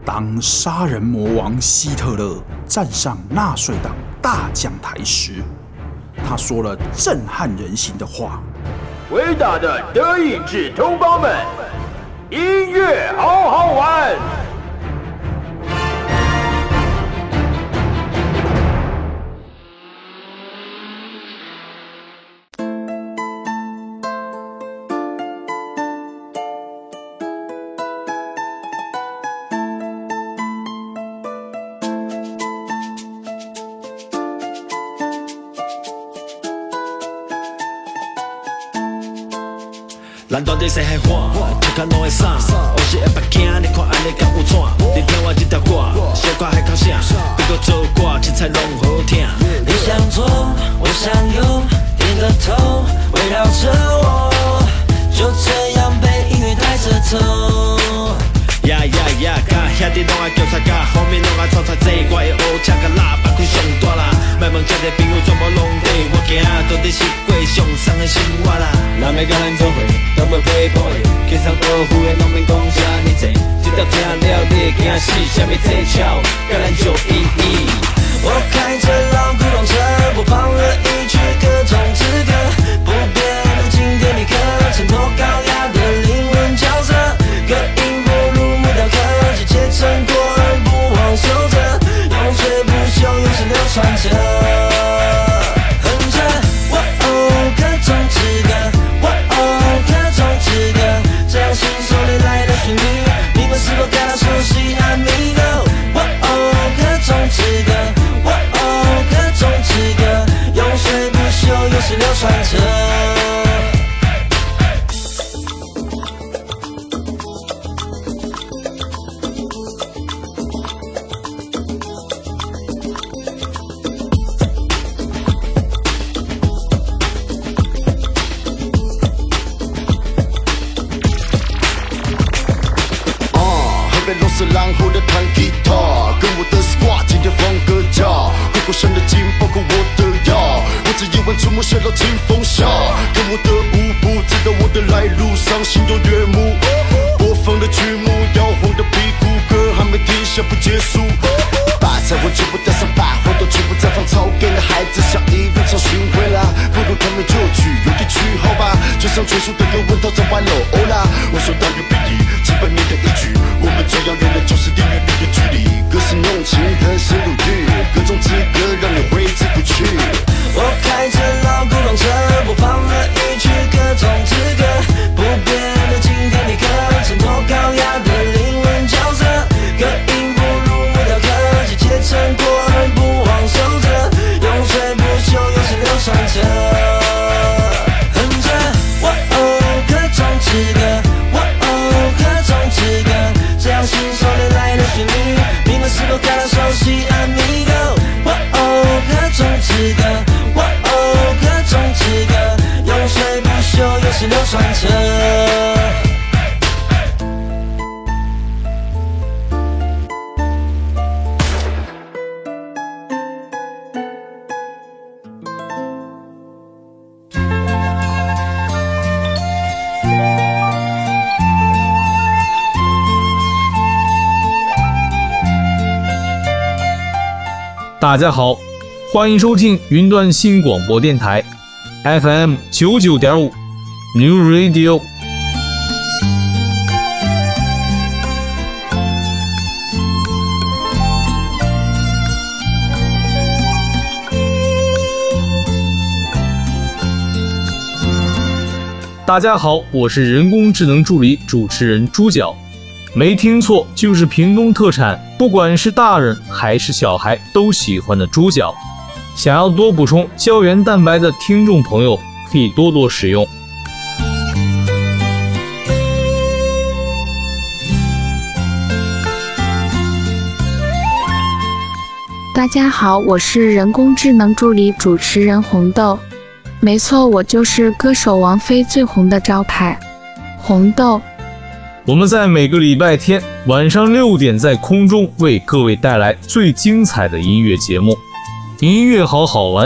当杀人魔王希特勒站上纳粹党大讲台时，他说了震撼人心的话： 伟大的德意志同胞们，音乐好好玩。 咱大地西海岸，脚脚拢会送，有时会别惊，你看安尼敢有喘？你听我这条歌，小可海口声，别搁做歌，精彩拢好听。 你想做，我想有，点个头，围绕着我，就这样被音乐带着走。 呀呀呀！甲兄弟拢爱叫出甲，后面拢爱吵吵坐，我会学车甲喇叭开上大啦。莫问这个朋友怎么拢底，我行到底是过上送的生活啦。人要甲咱做伙，都要陪伴的，天上豆腐的拢免讲啥呢济。这条听了你会惊死，啥物技巧，甲咱有意义。 我开着老古董车，播放了一曲各种之歌，不变的经典一刻，衬托高雅的灵魂角色，歌音步入木雕刻，是切成过而不忘守着，永垂不朽，永世流传着。哼着，哇哦，各种之歌，哇哦，各种之歌，这样信手拈来的旋律，你们是否感到熟悉 ？Amigo， 哇哦，各种之歌。永垂不朽，永世流传着。 河北龙狮狼虎的弹吉他，跟我的 squad 今天放个假，回国生的劲包括我的牙，我只一碗出没血到清风下，跟我的舞步知道我的来路，上心有悦目，播放的曲目摇晃的屁股，歌还没停下不结束，把菜我全部带上把火都全部绽放，草根的孩子像一路找寻回来，不如他们就去有地区好吧，最上最速的有问到这完了欧啦，我说当然不易，几百年的一曲，我们最遥远的就是地狱里的距离，歌是浓情很深入狱，各种之歌让你挥之不去。 我开着老古董车，播放了一曲各种之歌，不变的经典一刻，衬托高雅的灵魂角色，歌音步入木雕刻，是切成过而不忘守着，永垂不朽，永世流传着。哼着，哇哦，各种之歌，哇哦，各种之歌，这样信手拈来的旋律，你们是否感到熟悉 ？Amigo， 哇哦，各种之歌。永垂不朽，永世流传着。 大家好，欢迎收听云端新广播电台 FM 99.5 New Radio。大家好，我是人工智能助理主持人猪脚。没听错，就是屏东特产，不管是大人还是小孩都喜欢的猪脚。想要多补充胶原蛋白的听众朋友，可以多多使用。 大家好，我是人工智能助理主持人红豆。没错，我就是歌手王菲最红的招牌红豆。 我们在每个礼拜天晚上6点在空中为各位带来最精彩的音乐节目，音乐好好玩。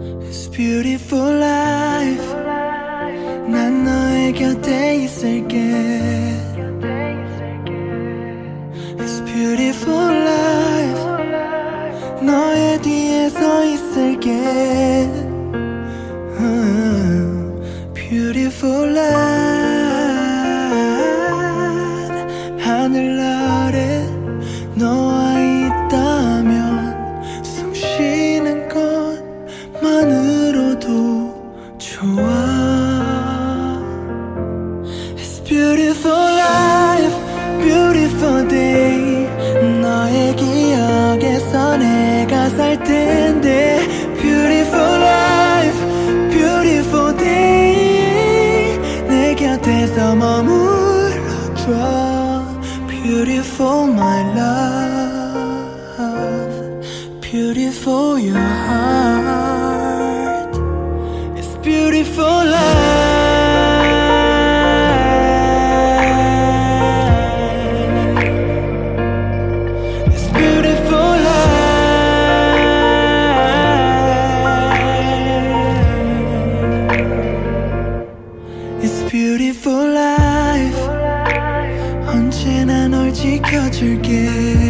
It's beautiful life 난 너의 곁에 있을게 It's beautiful life 너의 뒤에 서 있을게 Beautiful life 하늘 아래 너와 있다면 숨 쉬는 것만으로도 좋아 It's beautiful life, beautiful day 너의 기억에서 내가 살 텐데 Beautiful life, beautiful day 내 곁에서 머물러줘 Beautiful my love Beautiful your heart It's beautiful life It's beautiful life It's beautiful life 언제나 널 지켜줄게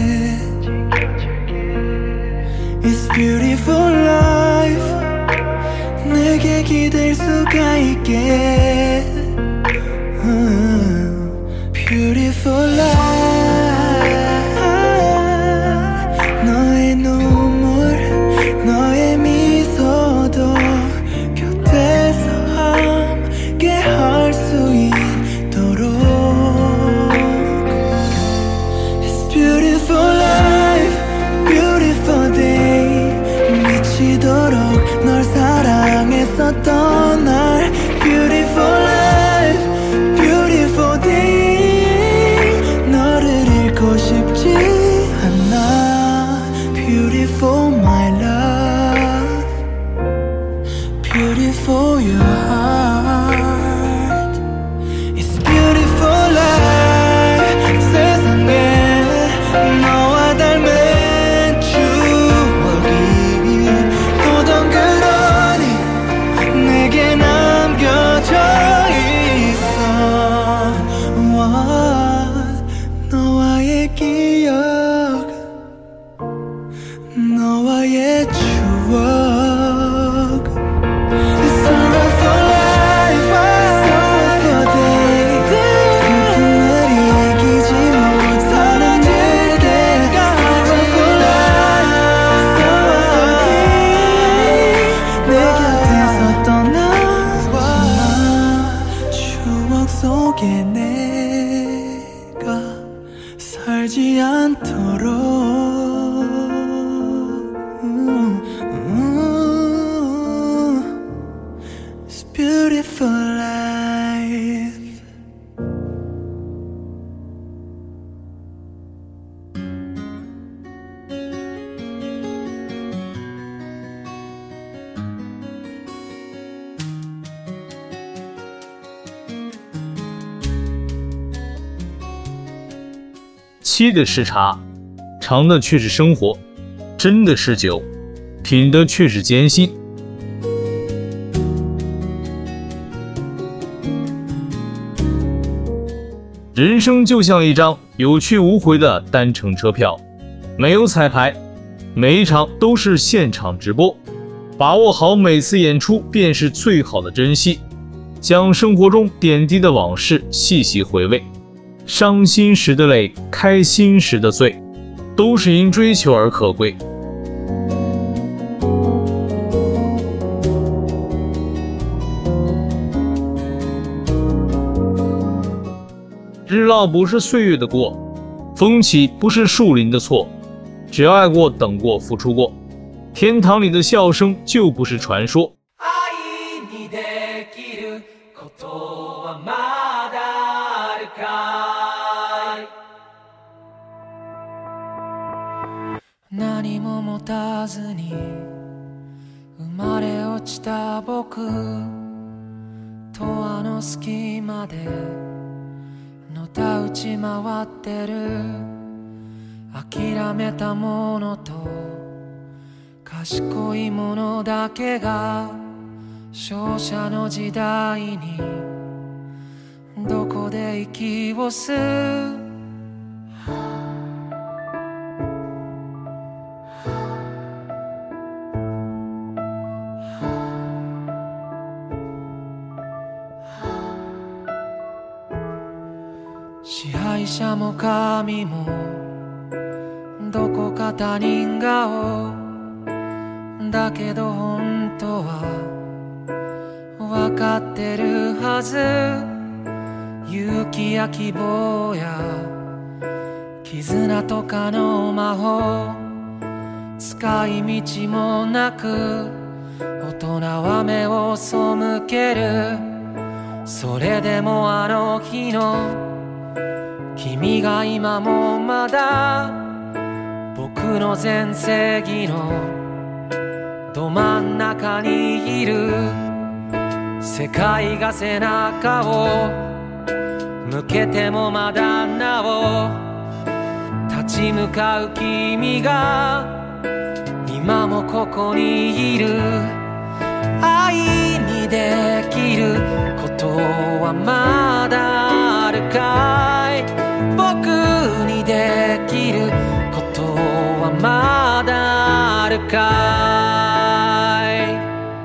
It's beautiful life 내게 기댈 수가 있게 Beautiful life 너의 눈물 너의 미소도 곁에서 함께 할 수 있도록 Beautiful life, beautiful day 미치도록 널 사랑했었던 날 Beautiful life, beautiful day 너를 잃고 싶지 않아 Beautiful my love Beautiful your heart It's beautiful life 세상에 너와 닮은 추억이 또 덩그러니 내게 남겨져 있어 너와의 기억 너와의 추억 It's all for life, it's all for day 슬픔을 이기지 못하는 내게 It's all for life, it's all for day 내 곁에서 떠나지 마 추억 속에 내가 살지 않도록 It's beautiful life 沏的是茶，尝的却是生活，斟的是酒，品的却是艰辛。人生就像一张有去无回的单程车票，没有彩排，每一场都是现场直播，把握好每次演出便是最好的珍惜。将生活中点滴的往事细细回味，伤心时的泪，开心时的醉，都是因追求而可贵。日落不是岁月的过，风起不是树林的错，只要爱过、等过、付出过，天堂里的笑声就不是传说。 何も持たずに生まれ落ちた僕とあの隙間でのたうち回ってる諦めたものとか賢い者だけが勝者の時代にどこで息を吸う支配者も神もどこか他人顔だけど本当は分かってるはず勇気や希望や絆とかの魔法使い道もなく大人は目を背けるそれでもあの日の君が今もまだ僕の全盛期のど真ん中にいる世界が背中を向けてもまだなお立ち向かう君が今もここにいる愛にできることはまだあるかい僕にできることはまだあるかい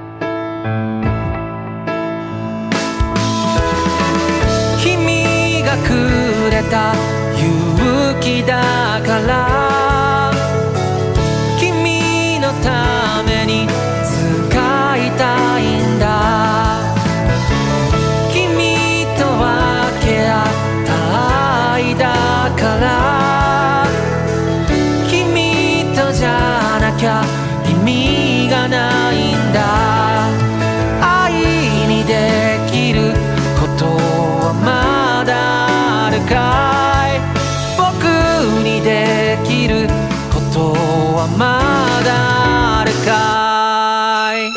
君がくれた勇気だから君のために使いたいんだ君と分け合った愛だから君とじゃなきゃ意味がないんだ愛にできることはまだあるかい僕にできることはまだあるかい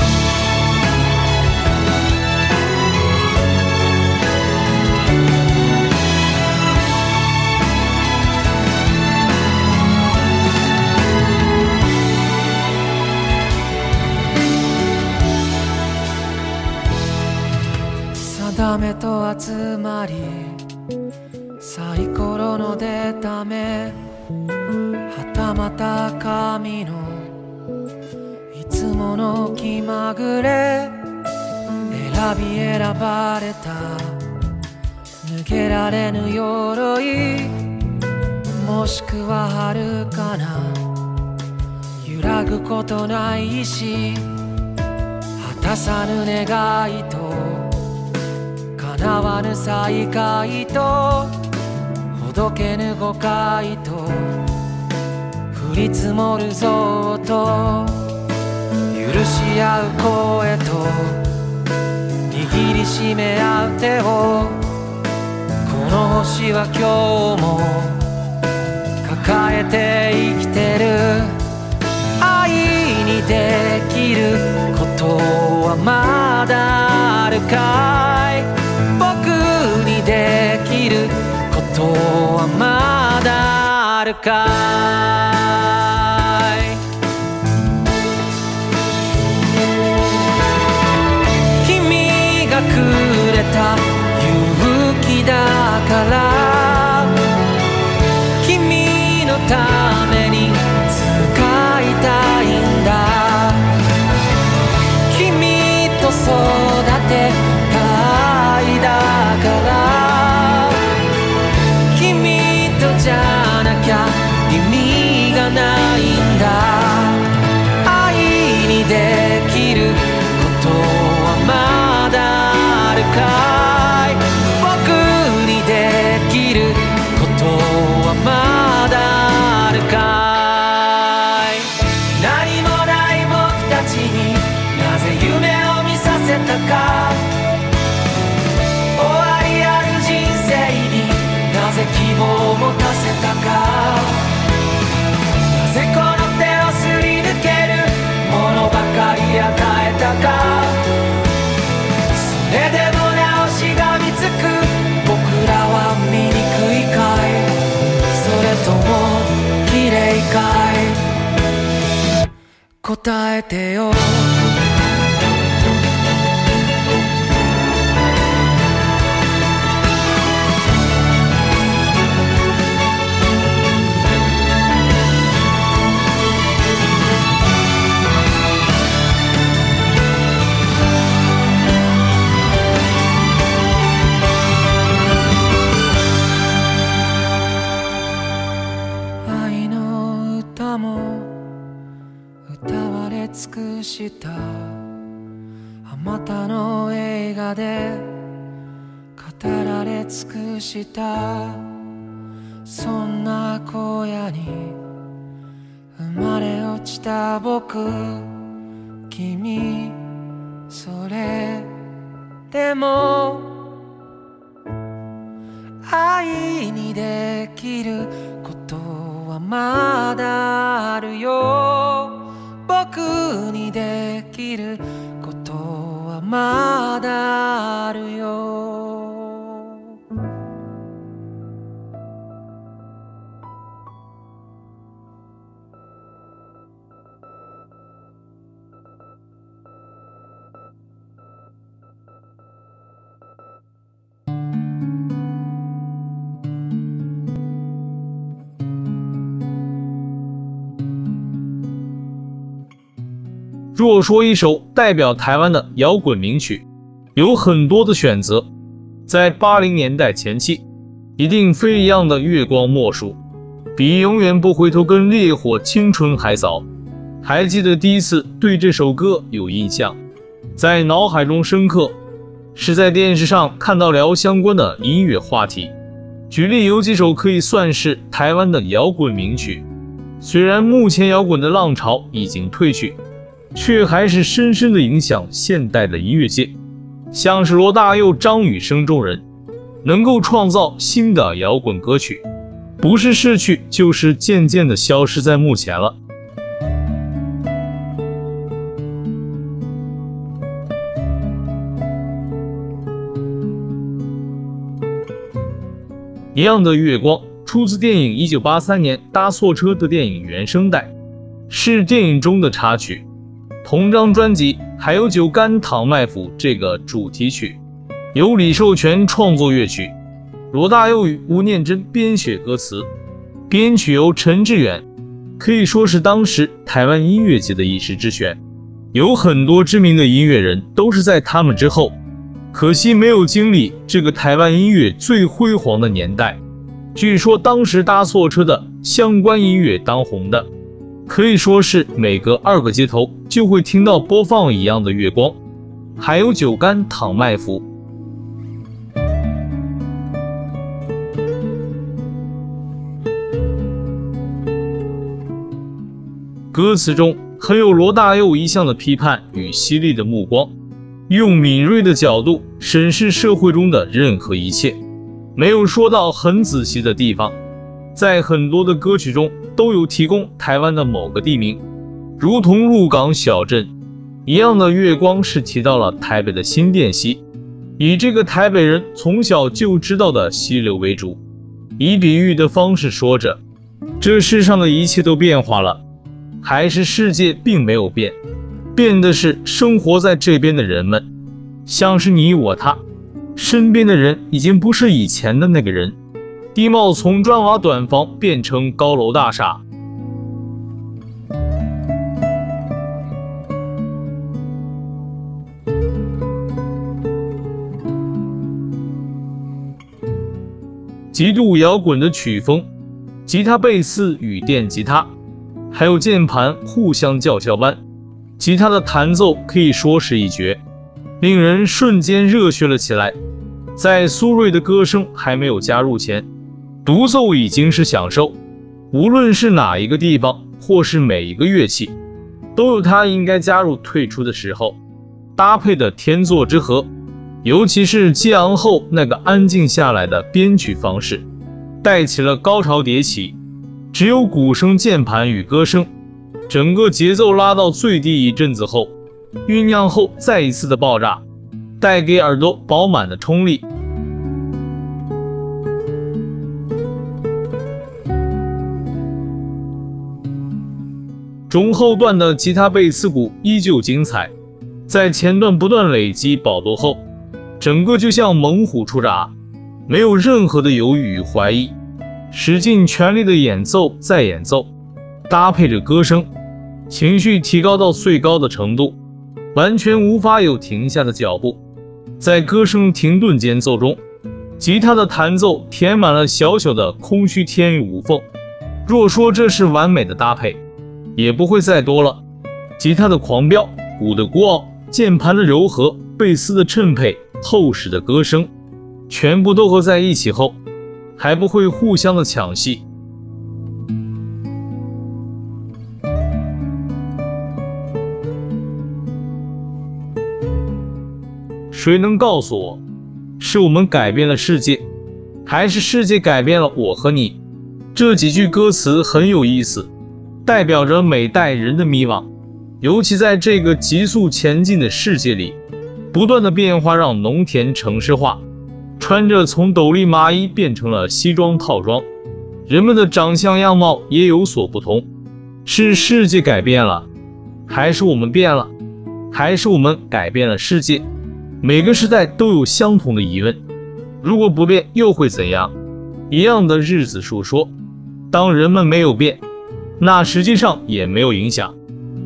定めと集まりサイコロの出た目はたまた神のいつもの気まぐれ選び選ばれた抜けられぬ鎧もしくは遥かな揺らぐことない意志果たさぬ願いと叶わぬ再会とほどけぬ誤解と降り積もるぞと許し合う声と握りしめ合う手をこの星は今日も抱えて生きてる愛にできることはまだあるかい僕にできることはまだあるかい君がくれた勇気だから君のために使いたいんだ君と育てた愛だから君とじゃなきゃ意味がないんだ愛にできることはまだあるかい僕にできることはまだあるかい何もない僕たちになぜ夢を見させたか答えてよ愛の歌も歌われ尽くしたあまたの映画で語られ尽くしたそんな荒野に生まれ落ちた僕君それでも愛にできることはまだあるよ僕にできることはまだあるよ若说一首代表台湾的摇滚名曲，有很多的选择，在80年代前期，一定非一样的月光莫属，比永远不回头跟烈火青春还早。还记得第一次对这首歌有印象，在脑海中深刻，是在电视上看到聊相关的音乐话题。举例有几首可以算是台湾的摇滚名曲，虽然目前摇滚的浪潮已经退去，却还是深深的影响现代的音乐界，像是罗大佑、张雨生众人，能够创造新的摇滚歌曲，不是逝去，就是渐渐的消失在目前了。一样的月光出自电影1983年搭错车的电影原声带，是电影中的插曲。同张专辑还有酒干倘卖腐这个主题曲，由李寿全创作乐曲，罗大佑与吴念真编写歌词，编曲由陈志远，可以说是当时台湾音乐界的一时之选，有很多知名的音乐人都是在他们之后，可惜没有经历这个台湾音乐最辉煌的年代。据说当时搭错车的相关音乐当红的，可以说是每隔2个街头就会听到播放一样的月光，还有酒干倘卖腐。歌词中很有罗大佑一向的批判与犀利的目光，用敏锐的角度审视社会中的任何一切，没有说到很仔细的地方。在很多的歌曲中都有提供台湾的某个地名，如同鹿港小镇一样的月光是提到了台北的新店溪，以这个台北人从小就知道的溪流为主，以比喻的方式说着这世上的一切都变化了，还是世界并没有变，变的是生活在这边的人们，像是你我他，身边的人已经不是以前的那个人，地貌从砖瓦短房变成高楼大厦。极度摇滚的曲风，吉他贝斯与电吉他还有键盘互相叫嚣般，吉他的弹奏可以说是一绝，令人瞬间热血了起来。在苏芮的歌声还没有加入前，独奏已经是享受，无论是哪一个地方或是每一个乐器，都有它应该加入退出的时候，搭配的天作之合。尤其是激昂后那个安静下来的编曲方式，带起了高潮迭起，只有鼓声、键盘与歌声，整个节奏拉到最低一阵子后，酝酿后再一次的爆炸，带给耳朵饱满的冲力。 中后段的吉他贝斯鼓依旧精彩，在前段不断累积饱多后，整个就像猛虎出闸，没有任何的犹豫与怀疑，使尽全力的演奏再演奏，搭配着歌声，情绪提高到最高的程度，完全无法有停下的脚步。在歌声停顿间奏中，吉他的弹奏填满了小小的空虚天与无缝。若说这是完美的搭配，也不会再多了。吉他的狂飙，鼓的孤傲，键盘的柔和，贝斯的衬配，透视的歌声，全部都合在一起后，还不会互相的抢戏。谁能告诉我，是我们改变了世界，还是世界改变了我和你？这几句歌词很有意思，代表着每代人的迷惘，尤其在这个急速前进的世界里，不断的变化让农田城市化，穿着从斗笠麻衣变成了西装套装，人们的长相样貌也有所不同。是世界改变了，还是我们变了？还是我们改变了世界？每个时代都有相同的疑问，如果不变又会怎样？一样的日子述说，当人们没有变，那实际上也没有影响。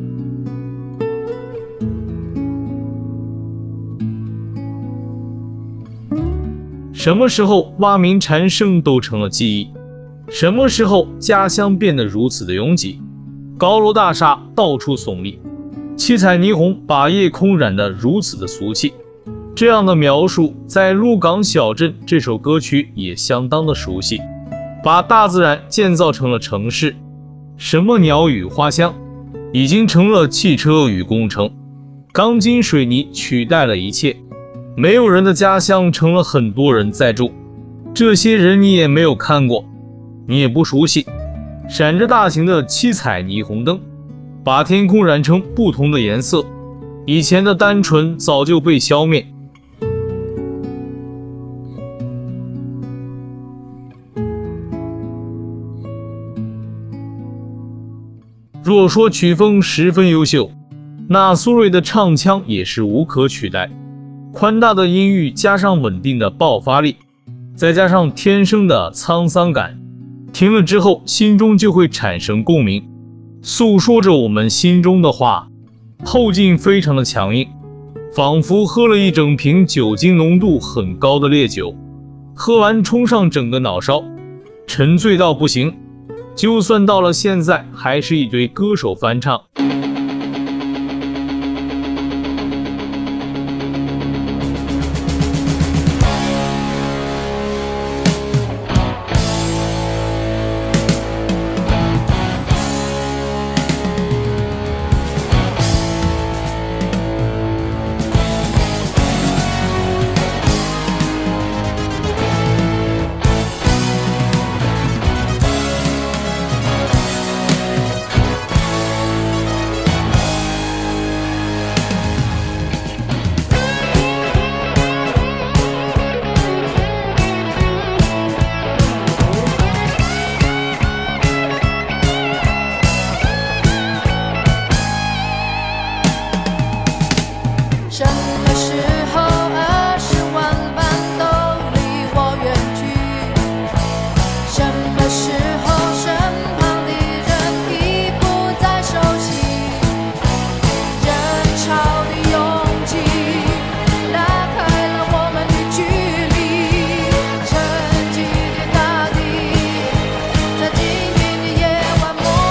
什么时候蛙鸣蝉声都成了记忆？什么时候家乡变得如此的拥挤？高楼大厦到处耸立，七彩霓虹把夜空染得如此的俗气。这样的描述在《鹿港小镇》这首歌曲也相当的熟悉，把大自然建造成了城市，什么鸟语花香，已经成了汽车与工程，钢筋水泥取代了一切，没有人的家乡成了很多人在住，这些人你也没有看过，你也不熟悉。闪着大型的七彩霓虹灯，把天空染成不同的颜色，以前的单纯早就被消灭。若说曲风十分优秀，那苏芮的唱腔也是无可取代。宽大的音域加上稳定的爆发力，再加上天生的沧桑感，听了之后心中就会产生共鸣，诉说着我们心中的话。后劲非常的强硬，仿佛喝了一整瓶酒精浓度很高的烈酒，喝完冲上整个脑烧，沉醉到不行。就算到了现在，还是一堆歌手翻唱。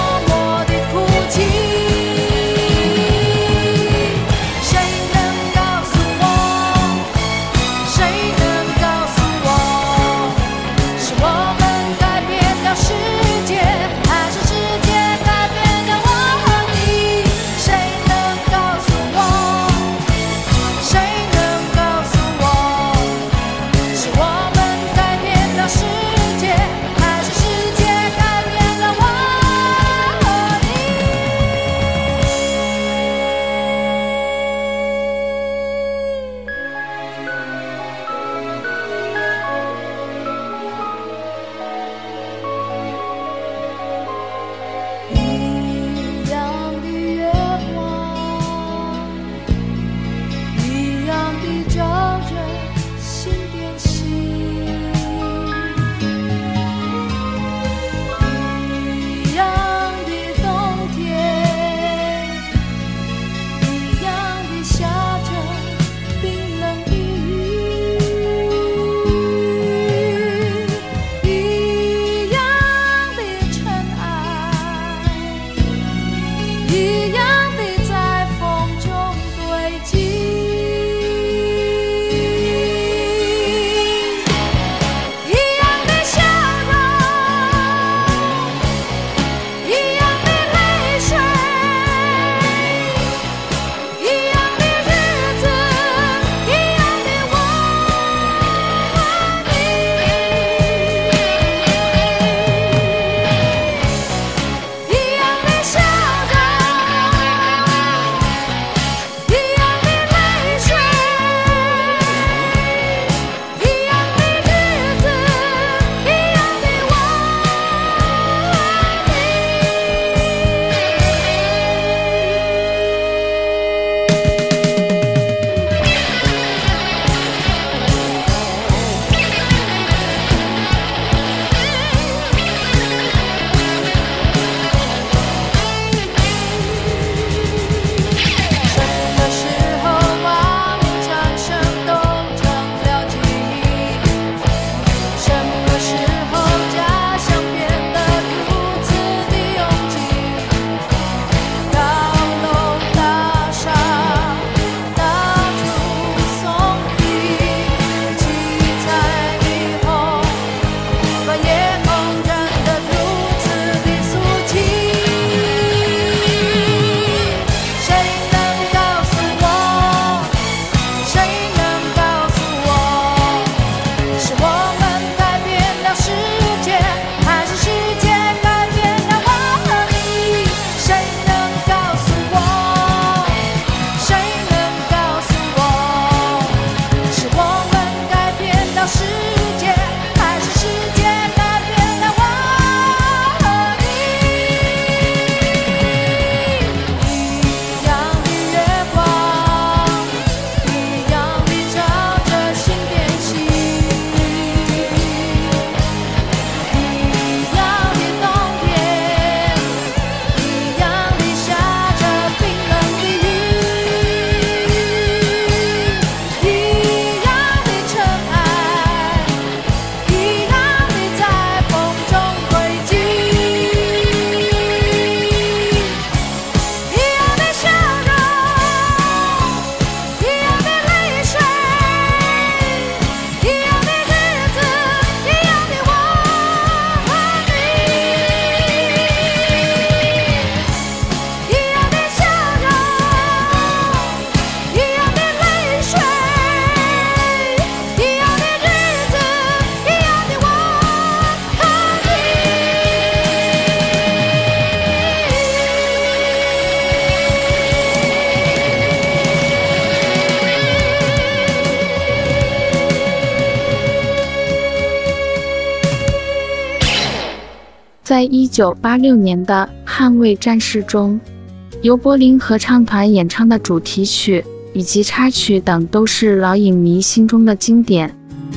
谁能告在1986年的《捍卫战士》中，由柏林合唱团演唱的主题曲以及插曲等都是老影迷心中的经典。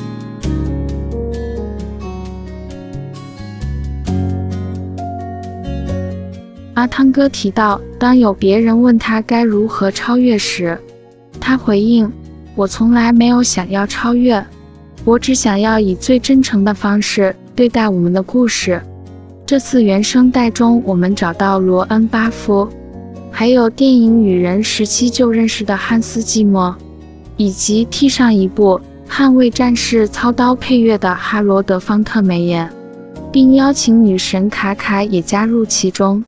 阿汤哥提到，当有别人问他该如何超越时，他回应：我从来没有想要超越，我只想要以最真诚的方式对待我们的故事。这次原声带中，我们找到罗恩·巴夫，还有电影《雨人》时期就认识的汉斯·季默，以及替上一部《捍卫战士》操刀配乐的哈罗德·方特梅耶，并邀请女神卡卡也加入其中。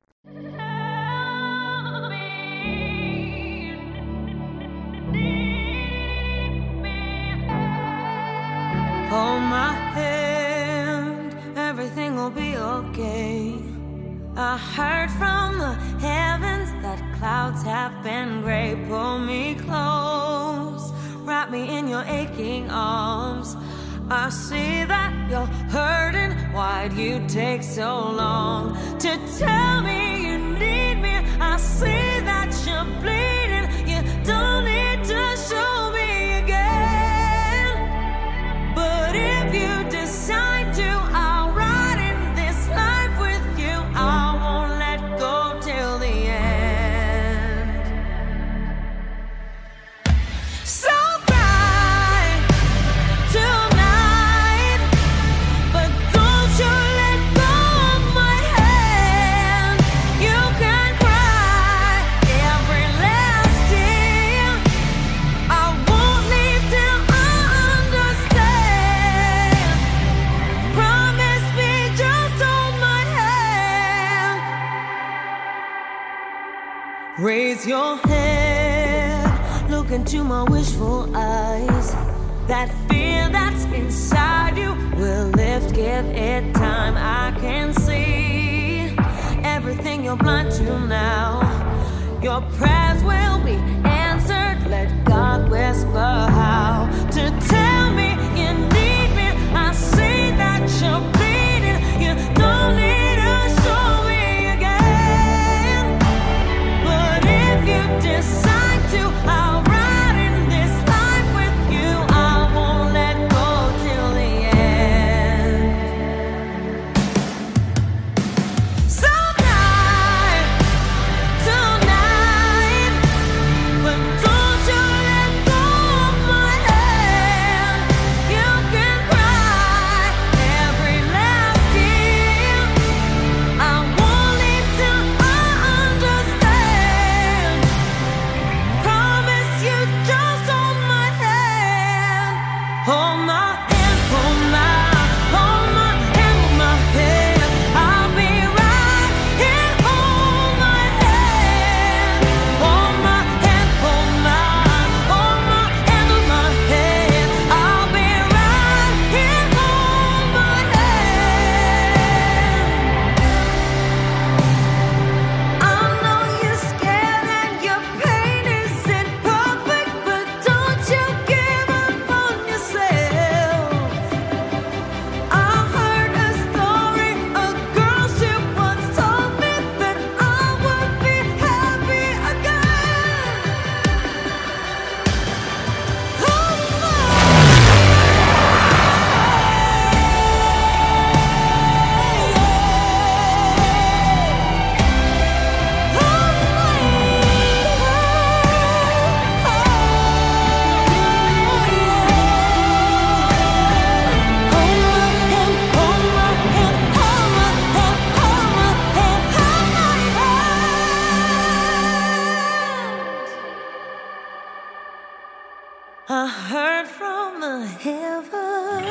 Hold my hand, everything will be okay. I heard from the heavens that clouds have been gray. Pull me close, wrap me in your aching arms. I see that you're hurting, why'd you take so long to tell me you need me? I see that you're bleeding, you don't need to show me again. But if you decide to, I'll ride in this life with you. I won't let go till the end. So cry tonight, but don't you let go of my hand. You can cry every last tear. I won't leave till I understand. Promise me, just hold my hand. Raise your head, look into my wishful eyes. That fear that's inside you will lift, give it time. I can see everything you're blind to now. Your prayers will be answered. Let God whisper how to tell me you need me. I see that you're bleeding. You don't need to show me again. But if you decide to, I'll ride in this life with you. I won't let go till the end. So cry tonight, but don't you let go of my hand. You can cry every last tear. I won't leave till I understand. Promise you, just hold my hand. Hold my hand, hold my hand, hold my hand. I'll be right here. Hold my hand, hold my hand, hold my hand, hold my hand. I'll be right here. Hold my hand. I know you're scared and your pain isn't perfect, but don't you give up on yourself. I heard a story, a girl she once told me that I would be happy again. Hold my I heard from the heavens.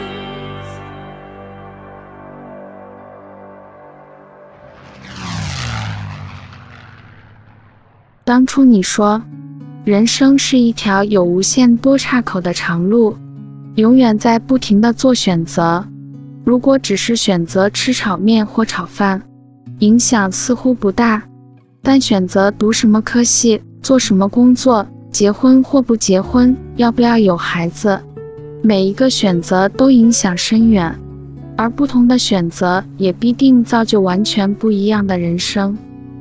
当初你说，人生是一条有无限多岔口的长路，永远在不停地做选择。如果只是选择吃炒面或炒饭，影响似乎不大，但选择读什么科系、做什么工作、结婚或不结婚、要不要有孩子，每一个选择都影响深远。 而不同的选择也必定造就完全不一样的人生。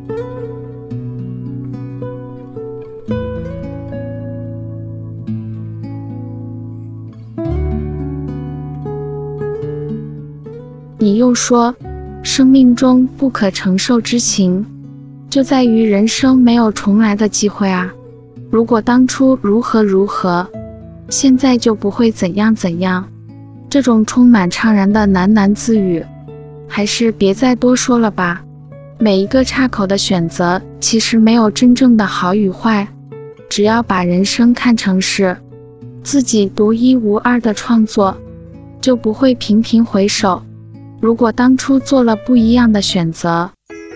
你又说，生命中不可承受之情，就在于人生没有重来的机会啊。如果当初如何如何，现在就不会怎样怎样。这种充满怅然的喃喃自语，还是别再多说了吧。每一个岔口的选择，其实没有真正的好与坏，只要把人生看成是自己独一无二的创作，就不会频频回首。如果当初做了不一样的选择，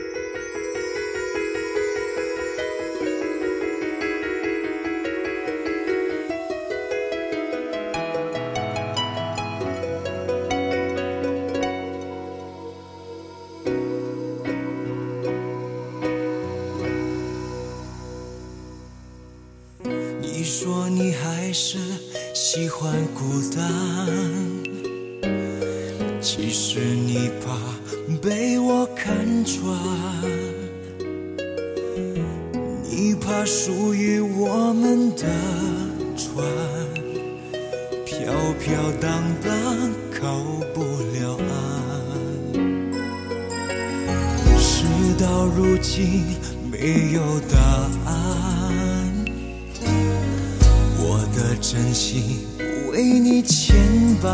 你说你还是喜欢孤单，其实你怕被我看穿，你怕属于我们的船飘飘荡荡靠不了岸，事到如今没有答案，我的真心为你牵绊，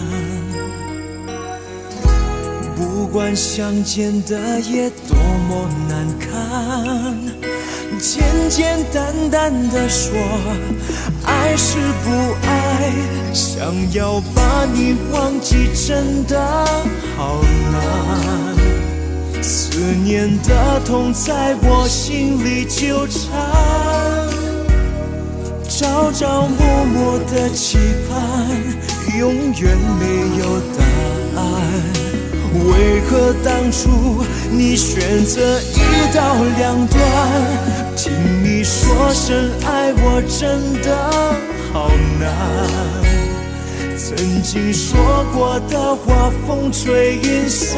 不管相见的夜多么难堪，简简单单的说爱是不爱，想要把你忘记真的好难，思念的痛在我心里纠缠，朝朝暮暮的期盼永远没有答案，为何当初你选择一刀两断？听你说声爱我真的好难，曾经说过的话风吹云散，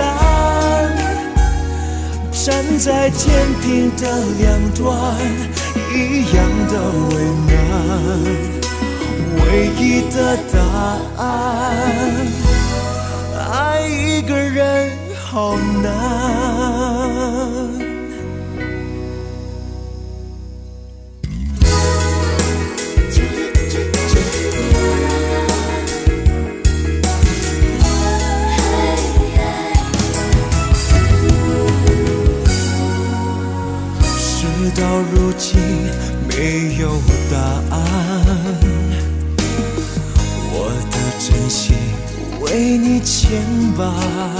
站在天平的两端一样的为难，唯一的答案，爱一个人好难。事到如今没有答案，我的真心为你牵绊，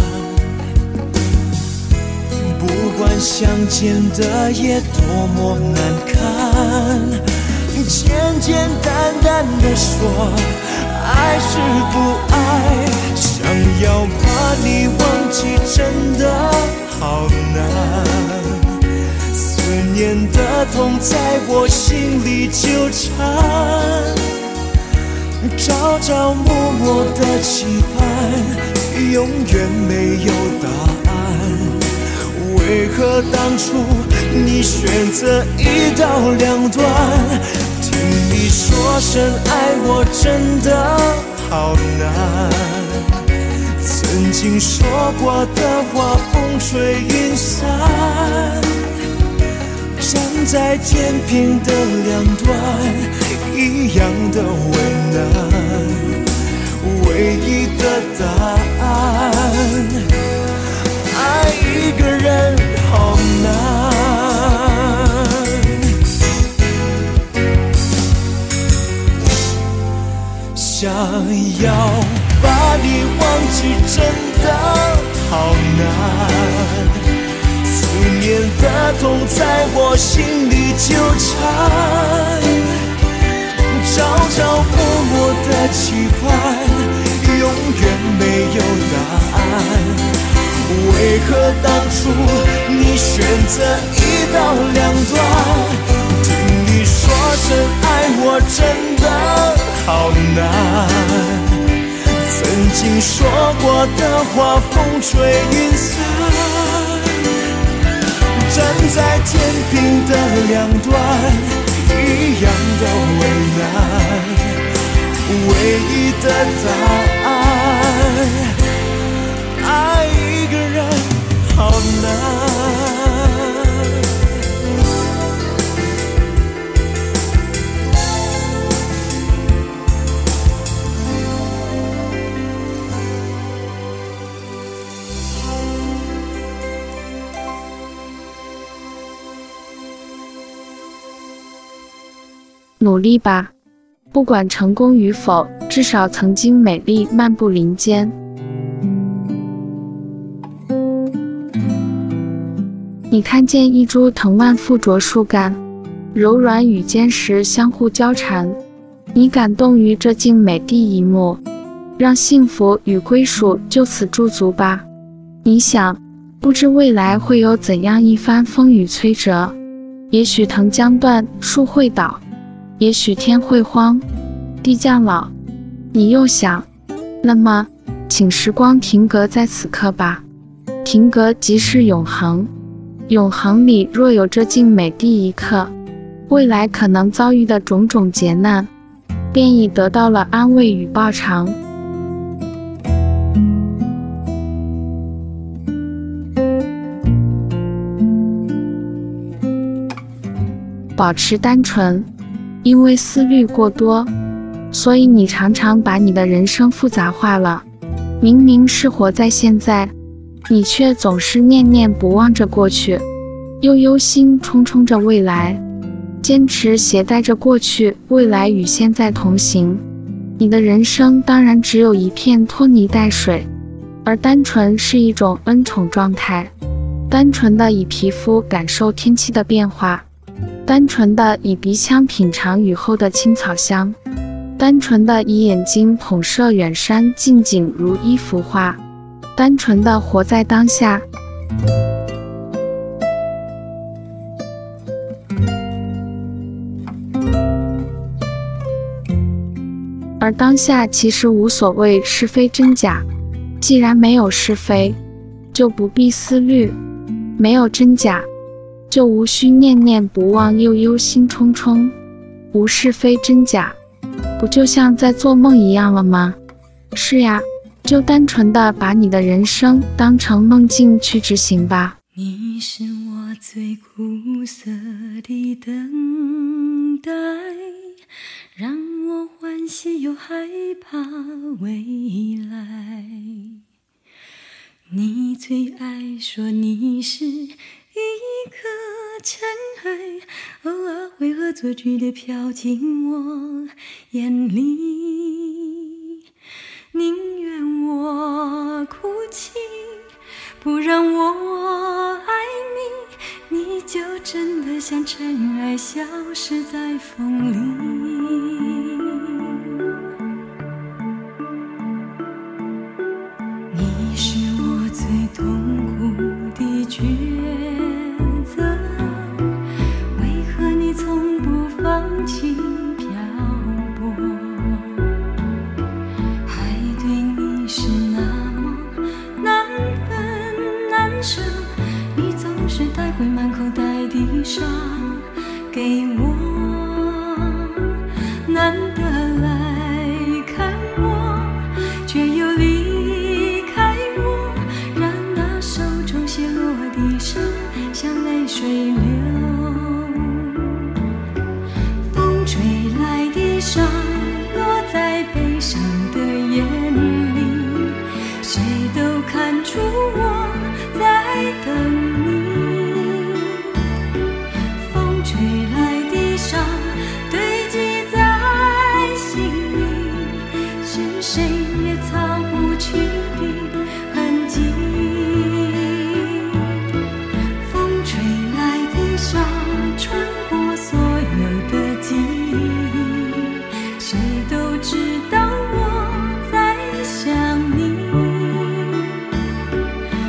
不管相见的夜多么难堪，简简单单的说爱是不爱，想要把你忘记真的好难，思念的痛在我心里纠缠，朝朝暮暮的期盼永远没有答案，为何当初你选择一刀两断？听你说声爱我真的好难，曾经说过的话风吹云散，站在天平的两端一样的为难，唯一的答案，爱一个人好难，想要把你忘记真的好难，思念的痛在我心里纠缠，朝朝暮暮的期盼永远没有答案，为何当初你选择一刀两断？听你说声爱我真的好难，曾经说过的话风吹云散，站在天平的两端，一样的为难，唯一的答案，爱一个人好难。 努力吧，不管成功与否，至少曾经美丽漫步林间。你看见一株藤蔓附着树干，柔软与坚实相互交缠，你感动于这静美的一幕，让幸福与归属就此驻足吧。你想，不知未来会有怎样一番风雨摧折，也许藤将断，树会倒，也许天会荒，地将老。你又想，那么请时光停格在此刻吧，停格即是永恒，永恒里若有这静美的一刻，未来可能遭遇的种种劫难便已得到了安慰与报偿。保持单纯，因为思虑过多，所以你常常把你的人生复杂化了。明明是活在现在，你却总是念念不忘着过去，又忧心忡忡着未来，坚持携带着过去、未来与现在同行。你的人生当然只有一片拖泥带水，而单纯是一种恩宠状态，单纯的以皮肤感受天气的变化，单纯的以鼻腔品尝雨后的青草香，单纯的以眼睛统摄远山近景如一幅画，单纯的活在当下。而当下其实无所谓是非真假，既然没有是非，就不必思虑；没有真假，就无需念念不忘又忧心忡忡。无是非真假，不就像在做梦一样了吗？是呀，就单纯的把你的人生当成梦境去执行吧。 你是我最苦涩的等待，让我欢喜又害怕未来。你最爱说你是一颗尘埃，偶尔会恶作剧地飘进我眼里。宁愿我哭泣，不让我爱你，你就真的像尘埃消失在风里。你是我最痛苦的抉择，为何你从不放弃漂泊？爱对你是那么难分难舍，你总是带回满口袋的伤给我，难得来看我，却又离开我，让那手中写落的伤像泪水流。风吹来的沙落在悲伤的眼里，谁都看出我在等你。风吹来的沙堆积在心里，是谁也擦不去的痕迹。风吹来的沙穿过所有的记忆，谁都知道我在想你。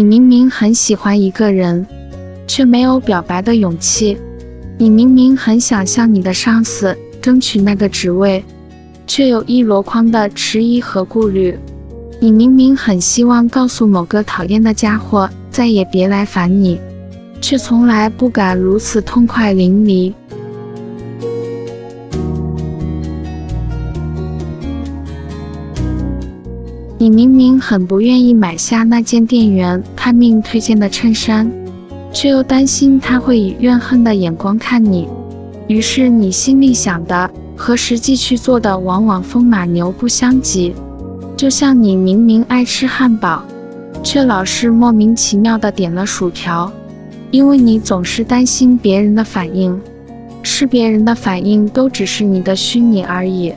你明明很喜欢一个人，却没有表白的勇气。你明明很想向你的上司争取那个职位，却有一箩筐的迟疑和顾虑。你明明很希望告诉某个讨厌的家伙再也别来烦你，却从来不敢如此痛快淋漓。你明明很不愿意买下那件店员拼命推荐的衬衫，却又担心他会以怨恨的眼光看你，于是你心里想的和实际去做的往往风马牛不相及。就像你明明爱吃汉堡，却老是莫名其妙地点了薯条，因为你总是担心别人的反应，是别人的反应都只是你的虚拟而已。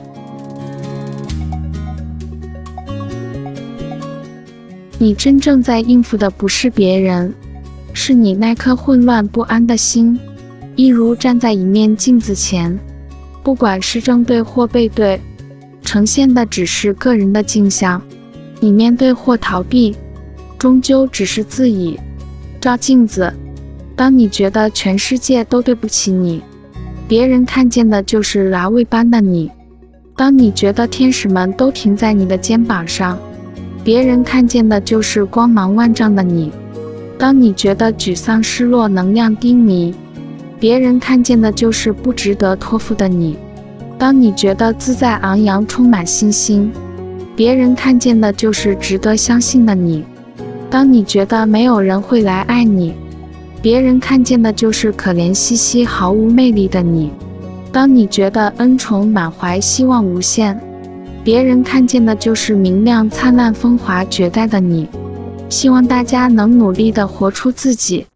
你真正在应付的不是别人，是你那颗混乱不安的心。一如站在一面镜子前，不管是正对或背对，呈现的只是个人的镜像。你面对或逃避，终究只是自己。照镜子，当你觉得全世界都对不起你，别人看见的就是狼狈般的你。当你觉得天使们都停在你的肩膀上，别人看见的就是光芒万丈的你。当你觉得沮丧失落能量低迷，别人看见的就是不值得托付的你。当你觉得自在昂扬充满信心，别人看见的就是值得相信的你。当你觉得没有人会来爱你，别人看见的就是可怜兮兮毫无魅力的你。当你觉得恩宠满怀希望无限，别人看见的就是明亮灿烂风华绝代的你。希望大家能努力地活出自己。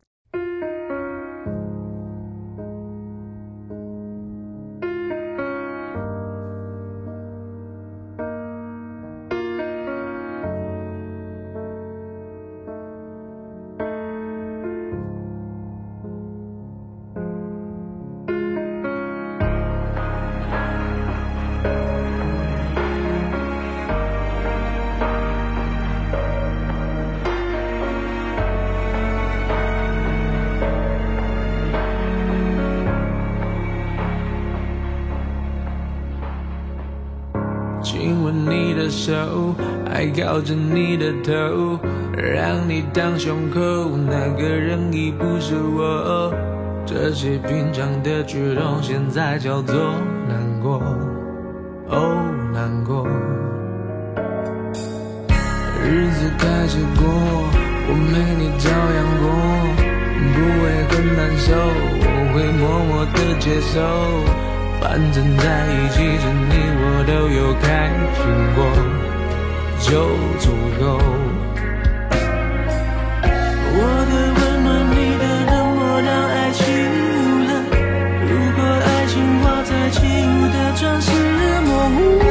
亲吻你的手，还靠着你的头，让你当胸口，那个人已不是我。这些平常的举动，现在叫做难过，哦，难过。日子开始过，我没你照样过，不会很难受，我会默默的接受。反正在一起时你我都有开心过，就足够。我的温暖，你的冷漠，让爱起雾了。如果爱情画在起雾的窗是模糊，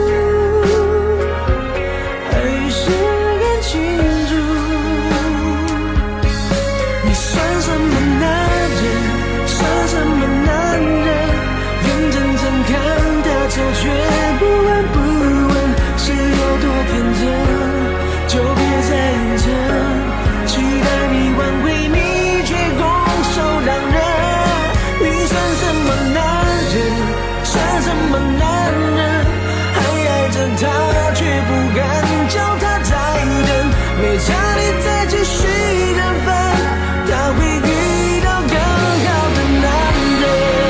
还是更清楚。你算什么男人？算什么男人？眼睁睁看他走，却不闻不问，是有多天真？就别再硬撑，期待你挽回，你却拱手让人。你算什么男人？算什么男人？还爱着他，却不敢叫他再等。没差你再继续等分，他会遇到更好的男人。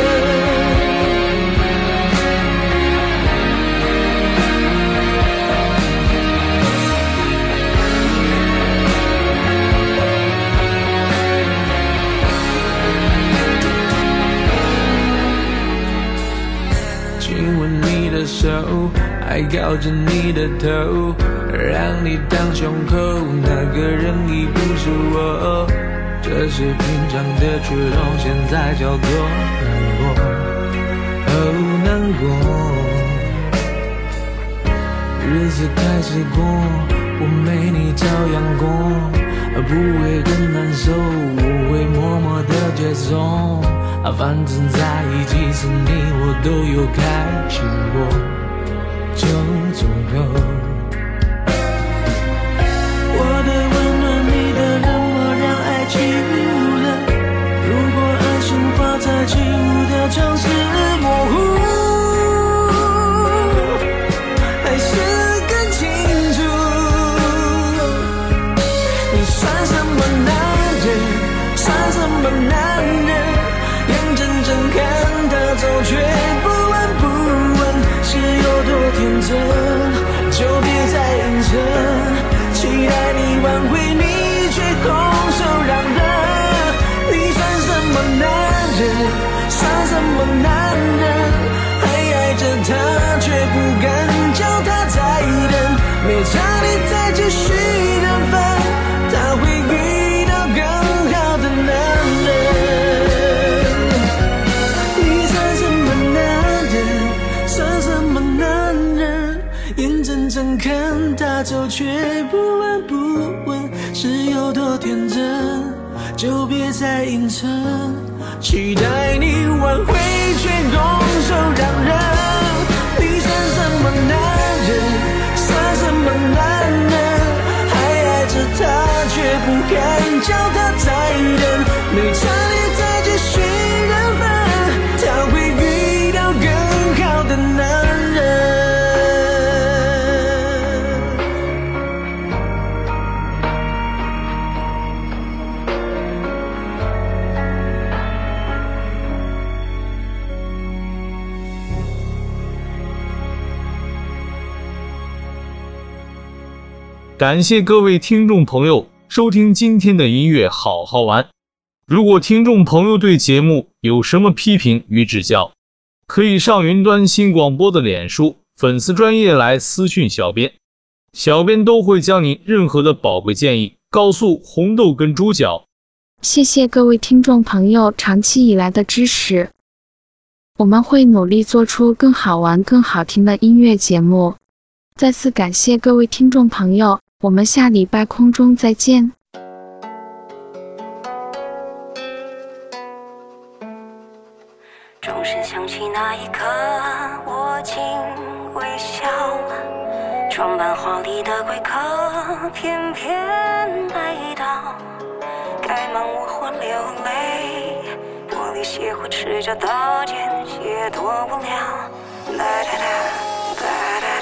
亲吻你的手，还靠着你的头，让你当胸口，那个人已不是我。这些平常的举动，现在叫做难过，哦，难过。日子开始过，我没你照样过，不会更难受，我会默默的接受。反正在一起时你我都有开心过，就足够。我的温暖，你的城市模糊，还是更清楚。你算什么男人？算什么男人？眼睁睁看他走，却不闻不问，是有多天真？就别再硬撑，期待你挽回，你却空手让人。你算什么男人？算什么男人？还爱着他，却不敢叫他再等。每场你再继续等分，他会遇到更好的男人。你算什么男人？算什么男人？眼睁睁看他走，却不闻不问，是有多天真？就别再硬撑，期待你挽回，却拱手让人。你算什么男人？算什么男人？还爱着他，却不敢叫他再等。每场你再继续等分，他会遇到更好的男人。 感谢各位听众朋友收听今天的音乐好好玩。如果听众朋友对节目有什么批评与指教，可以上云端新广播的脸书粉丝专页来私讯小编，小编都会将您任何的宝贵建议告诉红豆跟猪脚。 谢谢各位听众朋友长期以来的支持，我们会努力做出更好玩、更好听的音乐节目。再次感谢各位听众朋友，我们下礼拜空中再见。 钟声响起那一刻，我竟微笑，装扮华丽的贵客偏偏来到，该忙我或流泪，玻璃鞋或赤脚刀剑也躲不了。哒哒哒哒哒哒，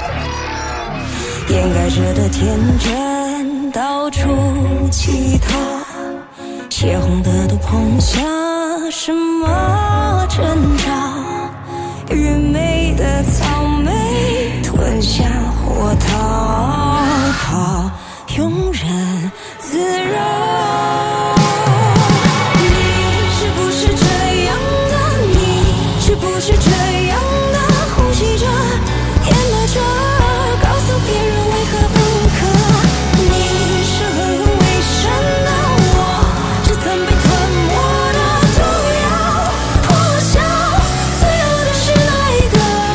掩盖着的天真到处乞讨，血红的都碰下什么征兆？愚昧的草莓吞下或逃跑，庸人自扰。你是不是这样的？你是不是这样的？呼吸着，演了着，告诉别人为何不可？你是狠狠为善的，我是曾被吞没的毒药。破晓，最后的是哪一个？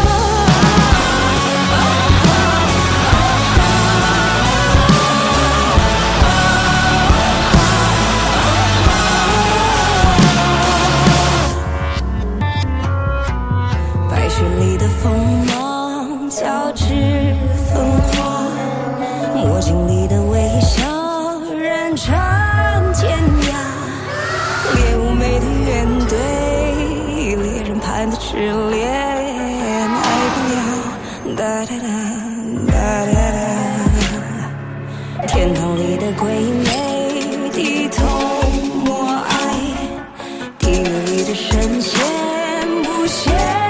白雪里的锋芒交织分化，墨镜里的微笑人称尖牙，猎物美的原对，猎人盘的炽烈，爱不了。哒哒哒哒哒哒，天堂里的鬼魅低头默哀，地狱里的神仙不屑。